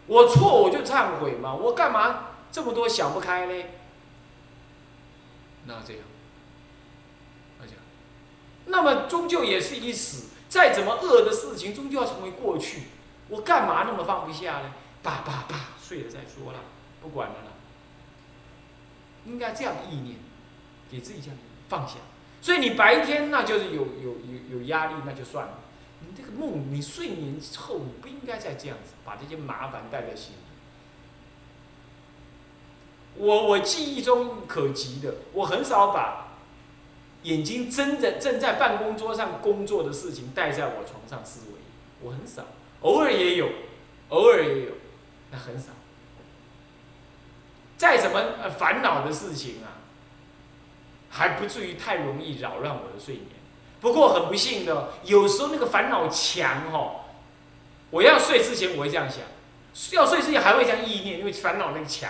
我错我就忏悔嘛，我干嘛这么多想不开呢？那这样，那么终究也是一死，再怎么恶的事情，终究要成为过去。我干嘛那么放不下呢？爸，睡了再说了，不管了啦。应该这样意念，给自己这样放下。所以你白天那就是有压力，那就算了。你这个梦，你睡眠之后，你不应该再这样子，把这些麻烦带在心里。我记忆中可及的，我很少把眼睛正在办公桌上工作的事情带在我床上思维，我很少，偶尔也有，那很少。再怎么烦恼的事情啊，还不至于太容易扰乱我的睡眠。不过很不幸的，有时候那个烦恼强我要睡之前我会这样想，要睡之前还会这样意念，因为烦恼那个强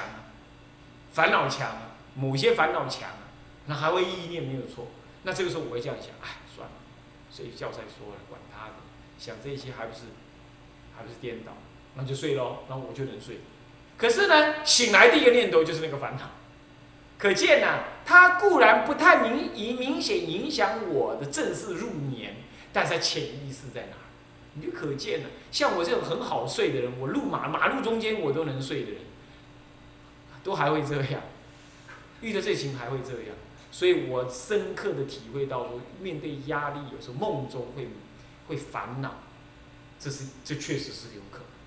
某些烦恼强那还会意念没有错。那这个时候我会这样想，算了，睡觉再说了，管他的，想这些还不是颠倒，那就睡咯，那我就能睡。可是呢，醒来第一个念头就是那个烦恼，可见它固然不太明显影响我的正式入眠，但是它潜意识在哪儿，你就可见了。像我这种很好睡的人，我马路中间我都能睡的人，都还会这样，遇到这情还会这样，所以我深刻的体会到说，面对压力，有时候梦中会烦恼，这确实是有可能。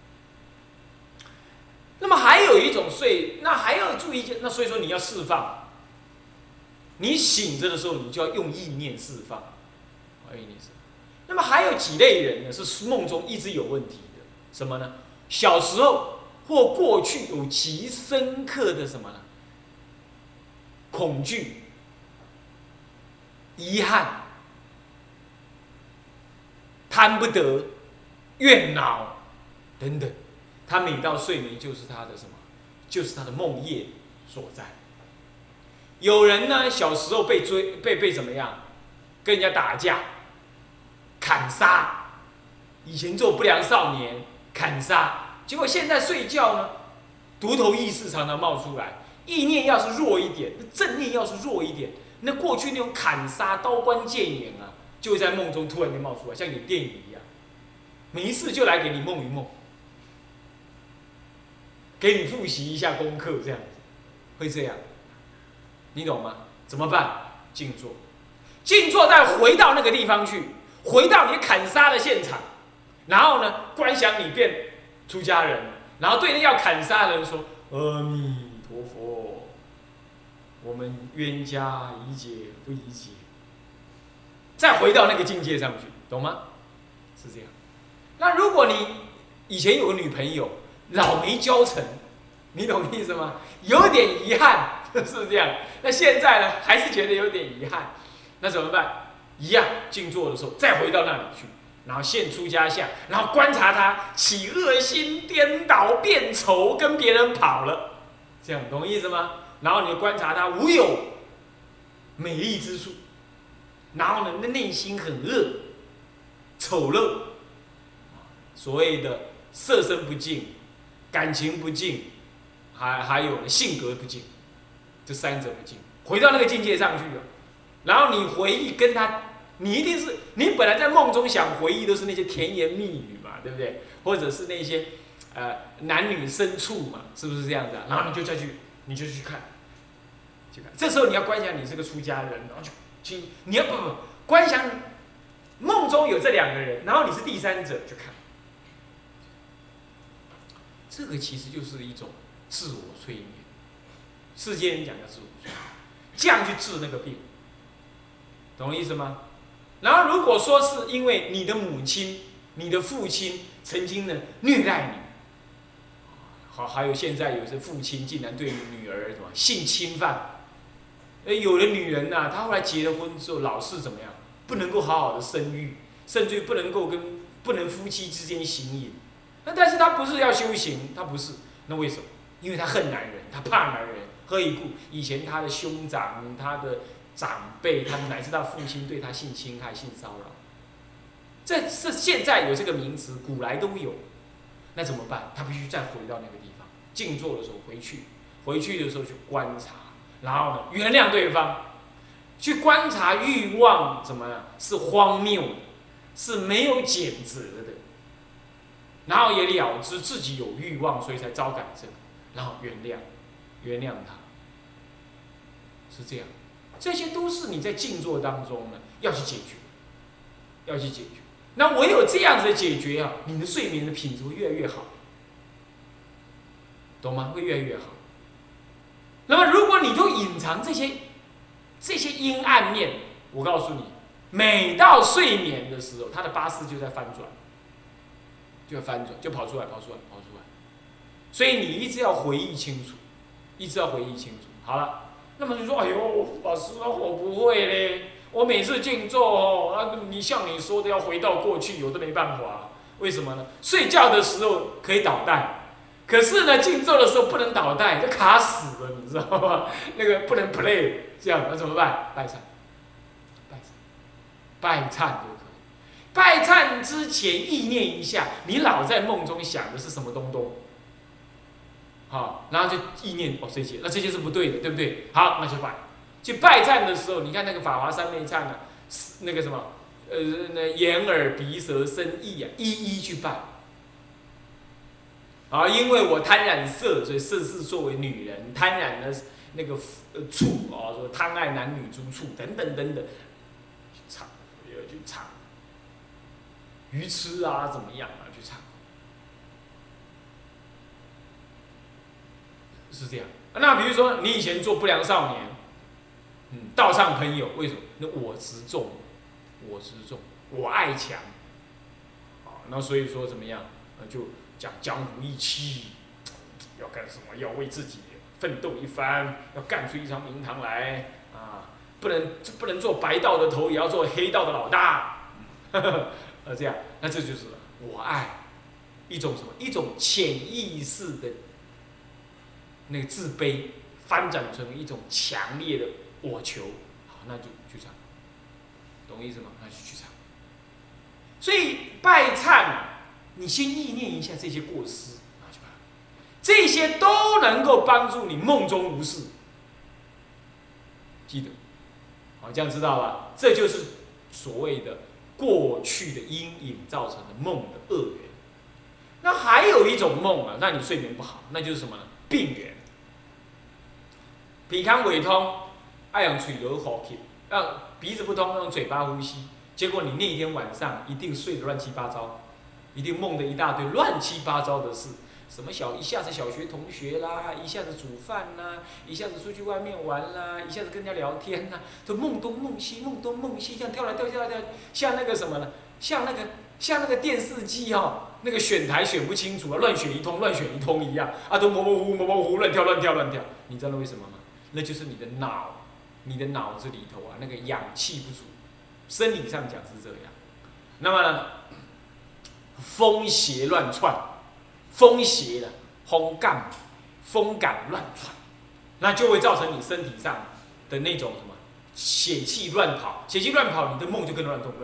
那么还有一种睡，那还要注意，那所以说你要释放。你醒着的时候，你就要用意念释放，那么还有几类人呢，是梦中一直有问题的，什么呢？小时候或过去有极深刻的什么呢？恐惧、遗憾、贪不得、怨恼等等。他每到睡眠就是他的什么？就是他的梦夜所在。有人呢，小时候被怎么样？跟人家打架、砍杀，以前做不良少年砍杀，结果现在睡觉呢，独头意识常常冒出来，意念要是弱一点，正念要是弱一点，那过去那种砍杀、刀光剑影就会在梦中突然间冒出来，像演电影一样，没事就来给你梦一梦。给你复习一下功课，这样子，会这样，你懂吗？怎么办？静坐，再回到那个地方去，回到你砍杀的现场，然后呢，观想你变出家人，然后对那要砍杀的人说：“阿弥陀佛，我们冤家宜解不宜结。”再回到那个境界上去，懂吗？是这样。那如果你以前有个女朋友，老没交成，你懂意思吗？有点遗憾，是这样。那现在呢，还是觉得有点遗憾，那怎么办？一样，静坐的时候再回到那里去，然后现出家相，然后观察他起恶心、颠倒、变丑，跟别人跑了，这样懂意思吗？然后你观察他无有美丽之处，然后呢，内心很恶、丑陋，所谓的色身不净。感情不净，还有性格不净，这三者不净，回到那个境界上去了。然后你回忆跟他，你一定是你本来在梦中想回忆都是那些甜言蜜语嘛，对不对？或者是那些男女深处嘛，是不是这样子然后你就去看，这时候你要观想你是个出家人，然后你要不观想梦中有这两个人，然后你是第三者去看。这个其实就是一种自我催眠，世间人讲叫自我催眠，这样去治那个病，懂我意思吗？然后如果说是因为你的母亲、你的父亲曾经呢虐待你，还有现在有些父亲竟然对女儿什么性侵犯，有的女人她后来结了婚之后，老是怎么样，不能够好好的生育，甚至于不能夫妻之间行淫。但是他不是要修行，他不是，那为什么？因为他恨男人，他怕男人。何以故？以前他的兄长、他的长辈，乃至他父亲对他性侵害、性骚扰，这现在有这个名词，古来都有。 那怎么办？他必须再回到那个地方，静坐的时候回去的时候去观察，然后呢原谅对方，去观察欲望怎么样是荒谬的，是没有减责的，然后也了知自己有欲望，所以才招感这个，然后原谅他，是这样。这些都是你在静坐当中呢要去解决，那唯有这样子的解决啊，你的睡眠的品质会越来越好，懂吗？会越来越好。那么如果你都隐藏这些阴暗面，我告诉你，每到睡眠的时候，他的八识就在翻转，就跑出来。所以你一直要回忆清楚。好了。那么你说，哎呦，老师，我不会嘞。我每次静坐哦，你像你说的要回到过去，我都没办法。为什么呢？睡觉的时候可以倒带，可是呢，静坐的时候不能倒带，就卡死了，你知道吗？那个不能 play， 这样那怎么办？拜忏就可以。拜忏之前意念一下，你老在梦中想的是什么东东？好，然后就意念这些，那这些是不对的，对不对？好，那就拜。去拜忏的时候，你看那个法华三昧忏啊，那个什么，那眼耳鼻舌身意啊，一一去拜。啊，因为我贪染色，所以色是作为女人；贪染的那个处说贪爱男女诸处等等，去唱，愚痴啊，怎么样啊，去唱。是这样。那比如说你以前做不良少年，道上朋友，为什么？那我执重，我爱强，那所以说怎么样？就讲江湖义气，要干什么？要为自己奋斗一番，要干出一场名堂来啊！不能做白道的头，也要做黑道的老大，这样，那这就是我爱，一种什么？一种潜意识的。那个自卑翻转成一种强烈的我求，好，那就去唱，懂意思吗？那就去唱。所以拜忏，你先意念一下这些过失，那就拜，这些都能够帮助你梦中无事。记得，好，这样知道吧？这就是所谓的过去的阴影造成的梦的恶缘。那还有一种梦啊，让你睡眠不好，那就是什么呢？病源。鼻腔胃通，爱用嘴罗呼吸，让鼻子不通，用嘴巴呼吸。结果你那天晚上一定睡得乱七八糟，一定梦得一大堆乱七八糟的事，什么一下子小学同学啦，一下子煮饭啦，一下子出去外面玩啦，一下子跟人家聊天啦，都梦东梦西，这样跳来跳去，像那个什么呢？像那个电视机那个选台选不清楚啊，乱选一通一样啊，都模糊，乱跳。你知道为什么吗？那就是你的脑子里头啊，那个氧气不足，生理上讲是这样。那么呢，风邪乱窜，风邪的风感乱窜，那就会造成你身体上的那种什么血气乱跑，你的梦就跟着乱动。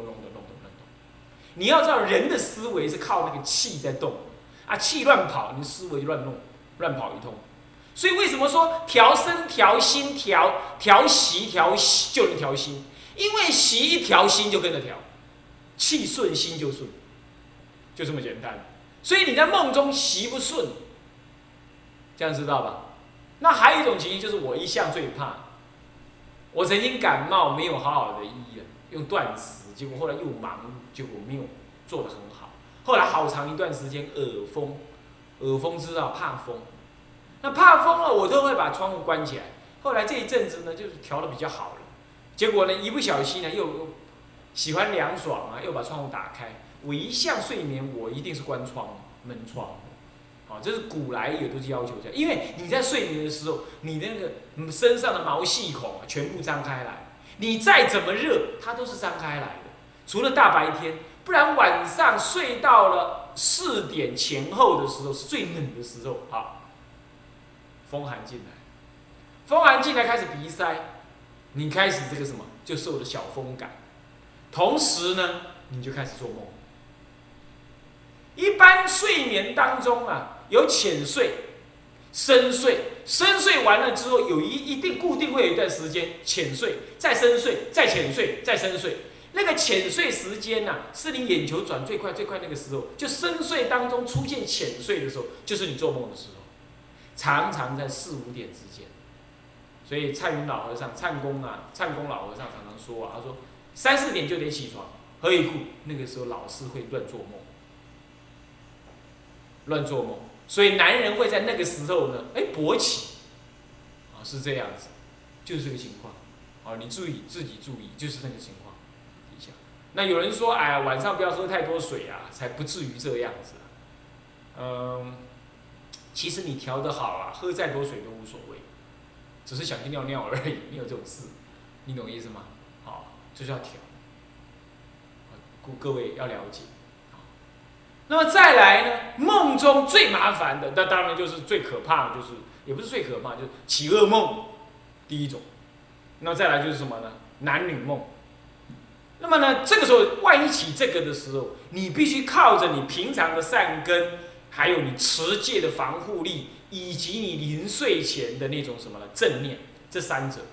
你要知道，人的思维是靠那个气在动啊，气乱跑，你思维就乱跑一通。所以为什么说调身、调心、调息就能调心？因为息一调，心就跟着调，气顺心就顺，就这么简单。所以你在梦中息不顺，这样知道吧？那还有一种情形就是我一向最怕，我曾经感冒没有好好的医了，用断食，结果后来又忙碌，结果没有做得很好。后来好长一段时间耳风知道怕风。那怕风了，我都会把窗户关起来。后来这一阵子呢，就是调得比较好了。结果呢，一不小心呢，又喜欢凉爽啊，又把窗户打开。我一向睡眠，我一定是关门窗。好，这是古来也都是要求这样，因为你在睡眠的时候，你那个身上的毛细孔全部张开来，你再怎么热，它都是张开来的。除了大白天，不然晚上睡到了4点前后的时候是最冷的时候。好。风寒进来开始鼻塞，你开始这个什么就受了小风感，同时呢你就开始做梦， 一般睡眠当中啊，有浅睡、深睡。深睡完了之后，一定固定会有一段时间浅睡，再深睡，再浅睡，再深睡。那个浅睡时间呢，是你眼球转最快那个时候。就深睡当中出现浅睡的时候，就是你做梦的时候，常常在4、5点之间。所以灿云老和尚、灿公老和尚常常说啊，他说3、4点就得起床，何以故？那个时候老是会乱做梦，乱做梦。所以男人会在那个时候呢，勃起，啊，是这样子，就是这个情况，啊，你自己注意，就是那个情况。那有人说，哎，晚上不要喝太多水啊，才不至于这样子。其实你调得好啊，喝再多水都无所谓，只是想去尿尿而已，没有这种事，你懂意思吗？好，就是要调，各位要了解。那么再来呢，梦中最麻烦的，那当然就是最可怕的，就是也不是最可怕，就是起噩梦，第一种。那再来就是什么呢？男女梦。那么呢，这个时候万一起这个的时候，你必须靠着你平常的善根，还有你持戒的防护力，以及你临睡前的那种什么呢正念，这3者。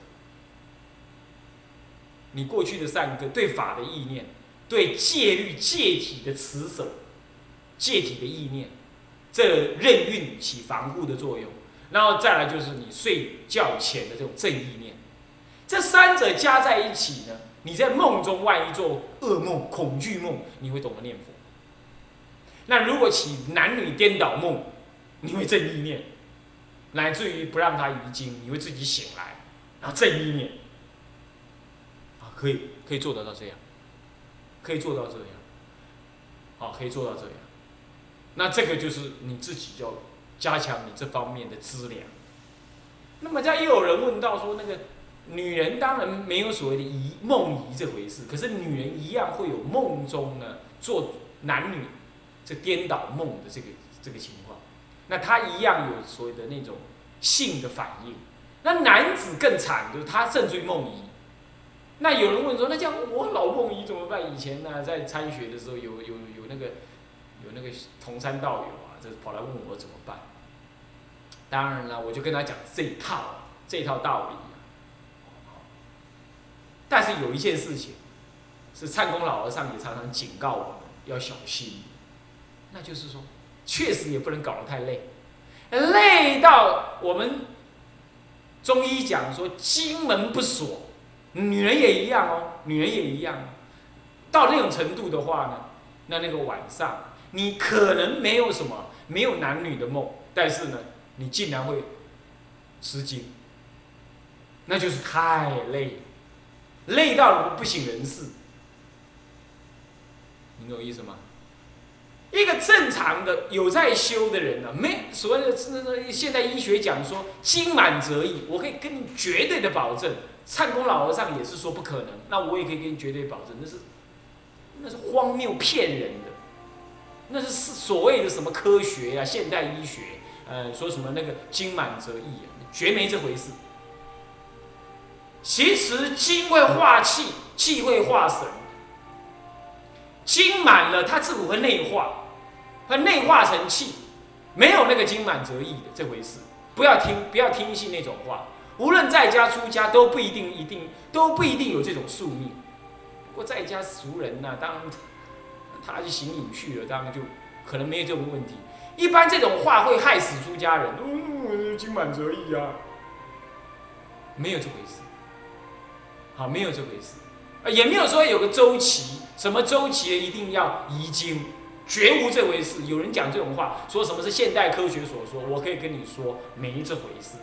你过去的善根、对法的意念、对戒律戒体的持守、戒体的意念，这任运起防护的作用。然后再来就是你睡觉前的这种正意念，这3者加在一起呢，你在梦中万一做噩梦、恐惧梦，你会懂得念佛。那如果起男女颠倒梦，你会正意念，乃至于不让它移经，你会自己醒来，然后正意念，啊，可以做得到这样，可以做到这样，好，可以做到这样。那这个就是你自己要加强你这方面的资粮。那么，又有人问到说，那个女人当然没有所谓的梦遗这回事，可是女人一样会有梦中呢做男女这颠倒梦的这个情况。那她一样有所谓的那种性的反应。那男子更惨，就是他甚至于梦遗。那有人问说，那这样我老梦遗怎么办？以前呢，在参学的时候有那个同参道友啊，就跑来问我怎么办。当然了，我就跟他讲这套道理。但是有一件事情，是灿公老和尚也常常警告我们要小心，那就是说，确实也不能搞得太累，累到我们中医讲说经门不锁，女人也一样哦，女人也一样，到那种程度的话呢，那个晚上你可能没有男女的梦，但是呢，你竟然会失经，那就是太累，累到不省人事，你懂我意思吗？一个正常的有在修的人呢，所谓的现代医学讲说经满则溢，我可以跟你绝对的保证，灿公老和尚也是说不可能，那我也可以跟你绝对保证，那是荒谬骗人的，那是所谓的什么科学啊，现代医学，说什么那个经满则溢啊，绝没这回事。其实经会化气，气会化神。经满了，它自己会内化，会内化成气，没有那个经满则溢的这回事。不要听信那种话，无论在家出家都不一定有这种宿命。不过在家俗人呐，当然他去行隐去了，当然就可能没有这种问题。一般这种话会害死出家人，经满则溢啊，没有这回事。好，没有这回事，也没有说有个周期，什么周期一定要移经，绝无这回事。有人讲这种话，说什么是现代科学所说，我可以跟你说，没这回事。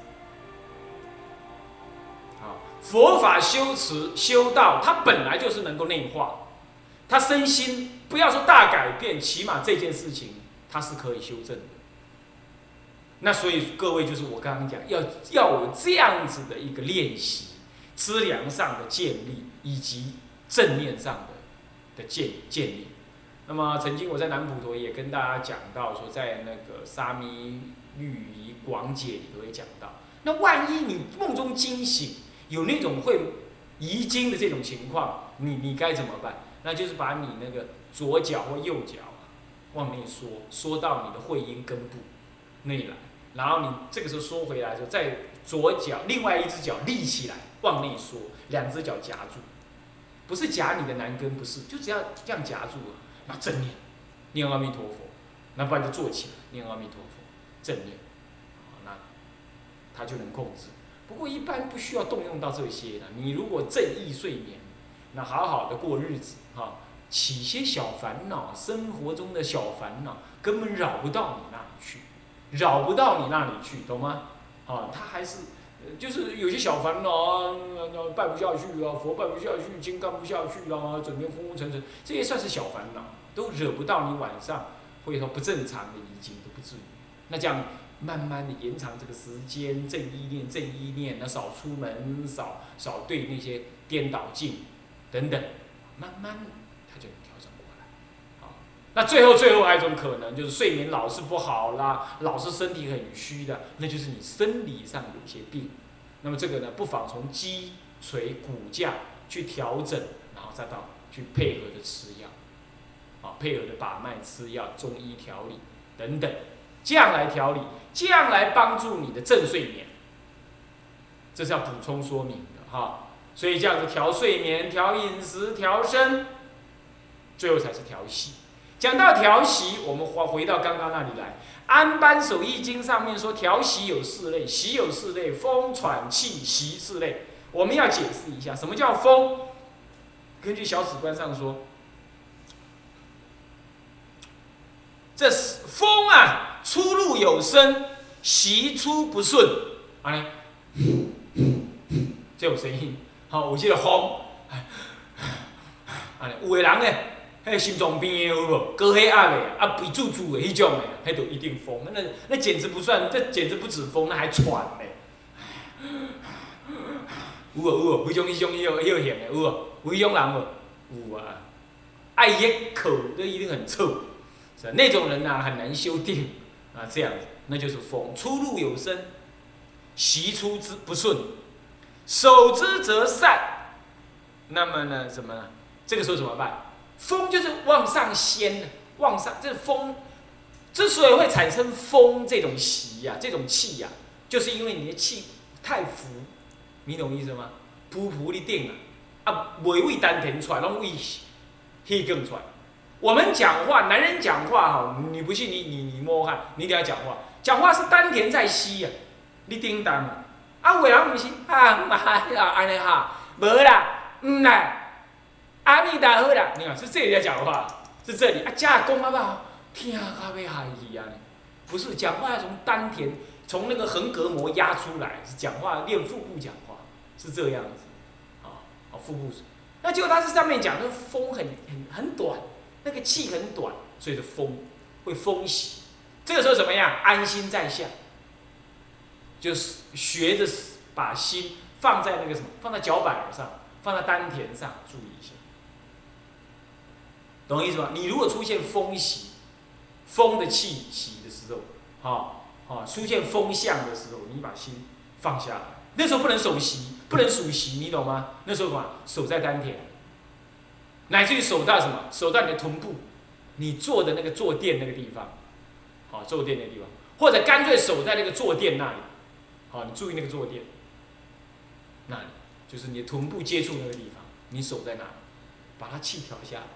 好，佛法修持修道，它本来就是能够内化，它身心不要说大改变，起码这件事情它是可以修正的。那所以各位就是我刚刚讲，要有这样子的一个练习。资粮上的建立，以及正念上的建立。那么曾经我在南普陀也跟大家讲到说，在那个沙弥律仪广解里头也讲到，那万一你梦中惊醒，有那种会遗精的这种情况，你该怎么办？那就是把你那个左脚或右脚， 往内缩，缩到你的会阴根部内来，然后你这个时候缩回来的时候，在左脚另外一只脚立起来，往内缩，两只脚夹住，不是夹你的男根，不是，就只要这样夹住了，然后正念，念阿弥陀佛，那不然就坐起来，念阿弥陀佛，正念，那他就能控制。不过一般不需要动用到这些的，你如果正意睡眠，那好好的过日子哈，起些小烦恼，生活中的小烦恼根本扰不到你那里去，扰不到你那里去，懂吗？啊，他还是就是有些小烦恼啊，拜不下去啊，佛拜不下去，经干不下去啊，整天昏昏沉沉，这些算是小烦恼，都惹不到你晚上会说不正常的遗精都不至于。那这样慢慢的延长这个时间，正意念，那少出门，少对那些颠倒境等等，慢慢他就能调整过来。好，那最后还有一种可能就是睡眠老是不好啦，老是身体很虚的，那就是你生理上有些病。那么这个呢，不妨从脊髓骨架去调整，然后再到去配合的吃药，啊，配合的把脉吃药、中医调理等等，这样来调理，这样来帮助你的正睡眠。这是要补充说明的哈。所以这样子调睡眠、调饮食、调身，最后才是调息。讲到调息，我们回到刚刚那里来。安般守义经上面说，调息有4类，息有4类，风、喘、气、息4类。我们要解释一下，什么叫风？根据小史观上说，这风啊，出入有声，息出不顺，这有声音。好，有这个风，有的人呢，迄心脏病的有无？高血压的，啊鼻注注的迄种的，迄就一定疯。那简直不算，这简直不止疯，那还喘呢。有无？迄种型的有无？有迄种人无？有啊。爱咽口都一定很臭，是吧？那种人呐，很难修定啊。这样子，那就是疯，出入有声，息出之不顺，守之则散。那么呢，什么呢？这个时候怎么办？风就是往上掀的，往上，这风之所以会产生风这种息呀、这种气呀、就是因为你的气太浮，你懂意思吗？浮你顶啊，袂为丹田出来，拢为气更出来。我们讲话，男人讲话哈，你不信你摸看，你一定要讲话，讲话是丹田在吸呀、你叮当嘛，有的人不是安尼哈，无啦，啦。阿弥陀佛啦，你看是这里在讲话，是这里啊，加讲好不好？听到要害去啊！不是讲话要从丹田，从那个横膈膜压出来，是讲话练腹部讲话，是这样子，腹部。那结果他是上面讲，那风很短，那个气很短，所以的风会风息。这个时候怎么样？安心在下，就是学着把心放在那个什么，放在脚板上，放在丹田上，注意一下。懂我意思吗？你如果出现风息、风的气息的时候，出现风向的时候，你把心放下来。那时候不能手息，不能数息，你懂吗？那时候什么？手在丹田，乃至于手到什么？手到你的臀部，你坐的那个坐垫那个地方，坐垫那个地方，或者干脆手在那个坐垫那里，你注意那个坐垫，那里就是你的臀部接触那个地方，你手在那里，把它气调下来。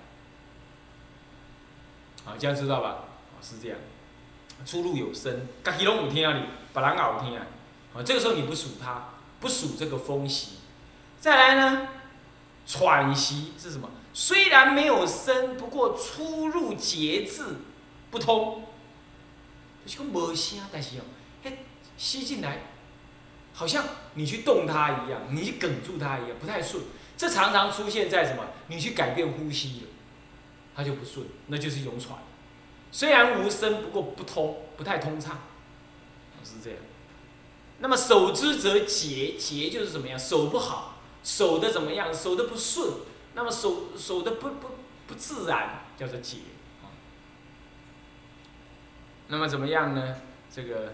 这样知道吧？是这样，出入有声，家己拢有听哩，别人也有听。这个时候你不数它，不数这个风息。再来呢，喘息是什么？虽然没有声，不过出入节制不通，就是讲无声，但是吸进来，好像你去动它一样，你去哽住它一样，不太顺。这常常出现在什么？你去改变呼吸了。它就不顺，那就是一种喘。虽然无声，不过不通，不太通畅，是这样。那么守之则节，节就是怎么样？守不好，守的怎么样？守的不顺，那么守的不自然，叫做节。那么怎么样呢？这个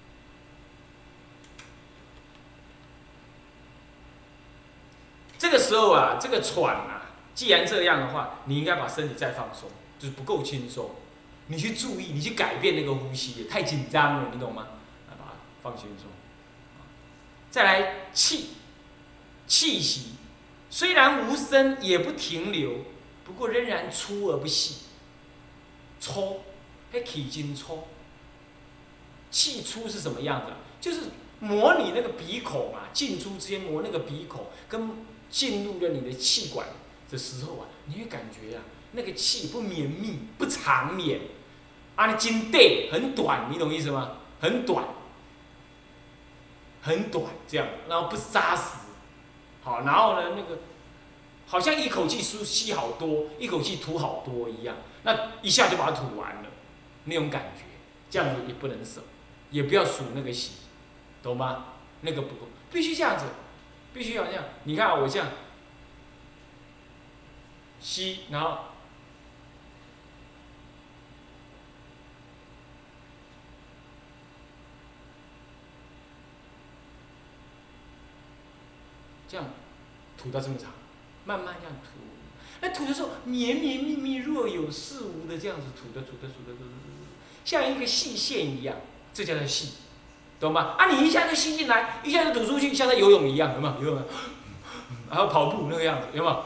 时候啊，这个喘啊。既然这样的话，你应该把身体再放松，就是不够轻松。 你去注意，你去改变那个呼吸，太紧张了，你懂吗？来把它放轻松。再来气，气息虽然无声也不停留，不过仍然粗而不细。粗，那气真粗。气粗是什么样子？就是磨你那个鼻孔啊，进出之间磨那个鼻孔，跟进入了你的气管的时候啊，你会感觉啊，那个气不绵密，不长绵，啊，真短，很短，你懂意思吗？很短，很短，这样，然后不扎实，好，然后呢，那个好像一口气吸好多，一口气吐好多一样，那一下就把它吐完了，那种感觉，这样子也不能省，也不要数那个息，懂吗？那个不够，必须这样子，必须要这样。你看我这样吸，然后这样吐到这么长，慢慢这样吐。那吐的时候绵绵密密、若有似无的这样子吐的，像一个细线一样，这叫做细，懂吗？啊，你一下就吸进来，一下就吐出去，像在游泳一样，有没有？游泳，还有跑步那个样子，有没有？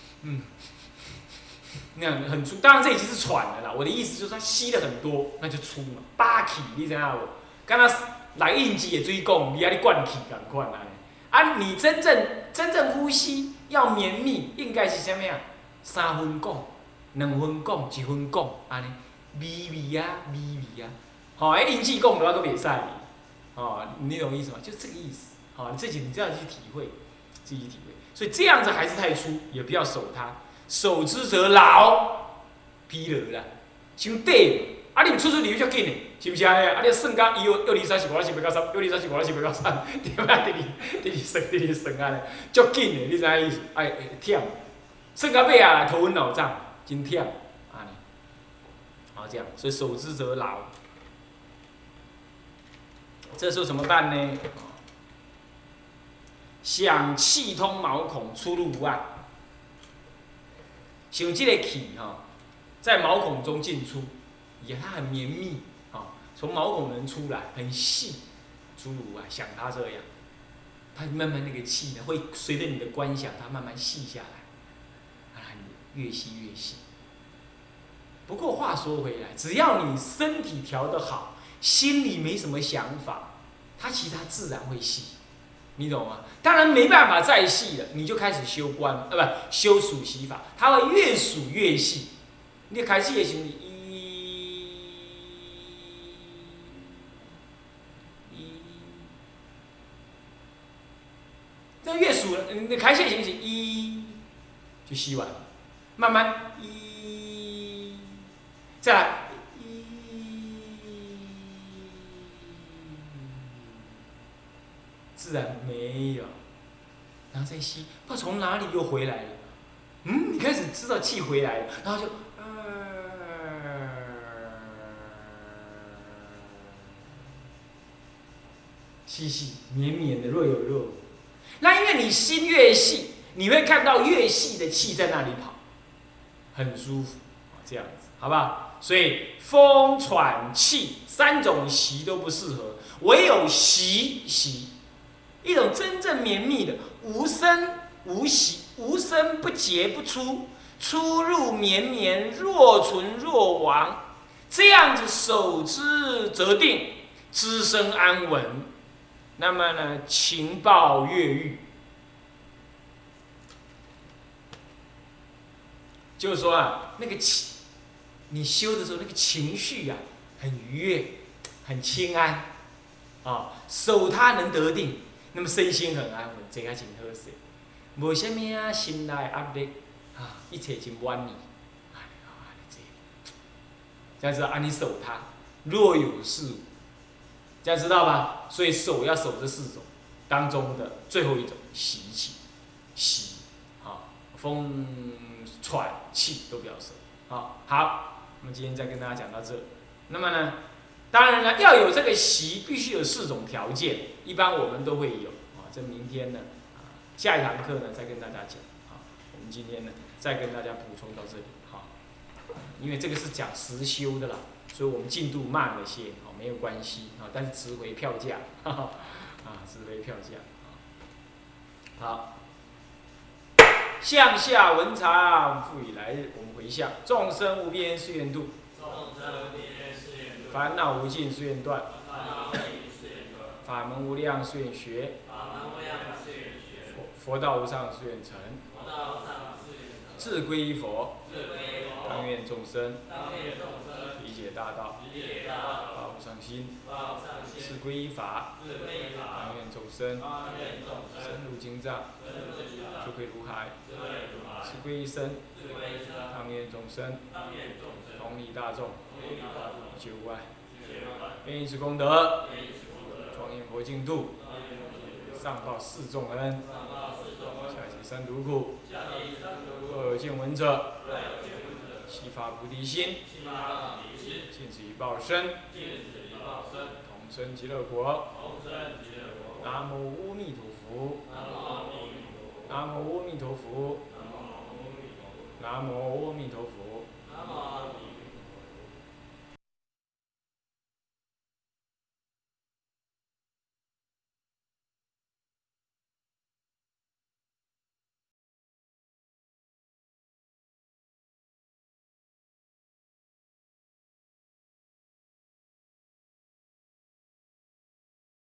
那样很粗。当然这已经是喘了啦。我的意思就是它吸的很多，那就粗嘛。巴气，你知道不？刚刚来应急的水讲，你啊你灌气赶快来。啊，你真正呼吸要绵密，应该是什么呀？3分讲，2分讲，1分讲，安尼微微啊，好，应急讲的话都袂使，哦，你懂意思吗？就这个意思，好，你自己要去体会，自己体会。所以这样子还是太粗，也不要守它，守之则老，疲劳啦，伤短。啊，你出离较紧的，是不是啊？啊，你算到1、2、3、4、5、6、7、8、9、10，1、2、3、4、5、6、7、8、9、10，对吧？第二算安尼，足紧的，你知影意思？哎，忝，算到尾啊，头昏脑胀，真忝，安尼。好，这样，所以守之则老。这时候怎么办呢？想气通毛孔，出入无碍。像这个气哈，在毛孔中进出。也它很绵密，啊，从毛孔能出来，很细，诸如啊，想它这样，它慢慢那个气呢，会随着你的观想，它慢慢细下来，啊，越细越细。不过话说回来，只要你身体调得好，心里没什么想法，它其实它自然会细，你懂吗？当然没办法再细了，你就开始修观，不修数息法，它会越数越细。你开始的时候，这越数了，你开线行不行？1就吸完了，慢慢1，再来1，自然没有，然后再吸，不知道从哪里又回来了。你开始知道气回来了，然后就细细绵绵的，若有若无。那因为你心越细，你会看到越细的气在那里跑，很舒服，这样子，好不好？所以风、喘、气3种息都不适合，唯有息，一种真正绵密的，无声无息，无声不结不出，出入绵绵，若存若亡，这样子守之则定，知身安稳。那么呢，情报越狱，就是说啊，那个你修的时候，那个情绪啊，很愉悦，很清安，啊，守它能得定，那么身心很安稳，这个真好势，无啥物啊，心内压力啊，一切真满意，这样子按你守它，若有似无。这样知道吧？所以守要守这4种当中的最后一种息气，息，好，风、喘、气都不要守，好，我们今天再跟大家讲到这。那么呢，当然了，要有这个息，必须有4种条件，一般我们都会有啊。这明天呢，下一堂课呢再跟大家讲，我们今天呢再跟大家补充到这里，好。 因为这个是讲实修的啦，所以我们进度慢了些，哦，没有关系啊，但是值回票价，哈哈，啊，值回票价，好。向下文长，复以来日，我们回向。众生无边誓愿度，烦恼无尽誓愿断，法门无量誓愿学，佛道无上誓愿成。志归依佛，当愿众生理解大道，发无上心。志归依法，当愿众生深入经藏，智慧如海。志归依僧，当愿众生同理大众，一切无碍。愿以此功德，庄严佛净土，上报四众恩，下济三途苦。恶见闻者，悉发菩提心，尽此一报身，同生极乐国。南无阿弥陀佛。南无阿弥陀佛。南无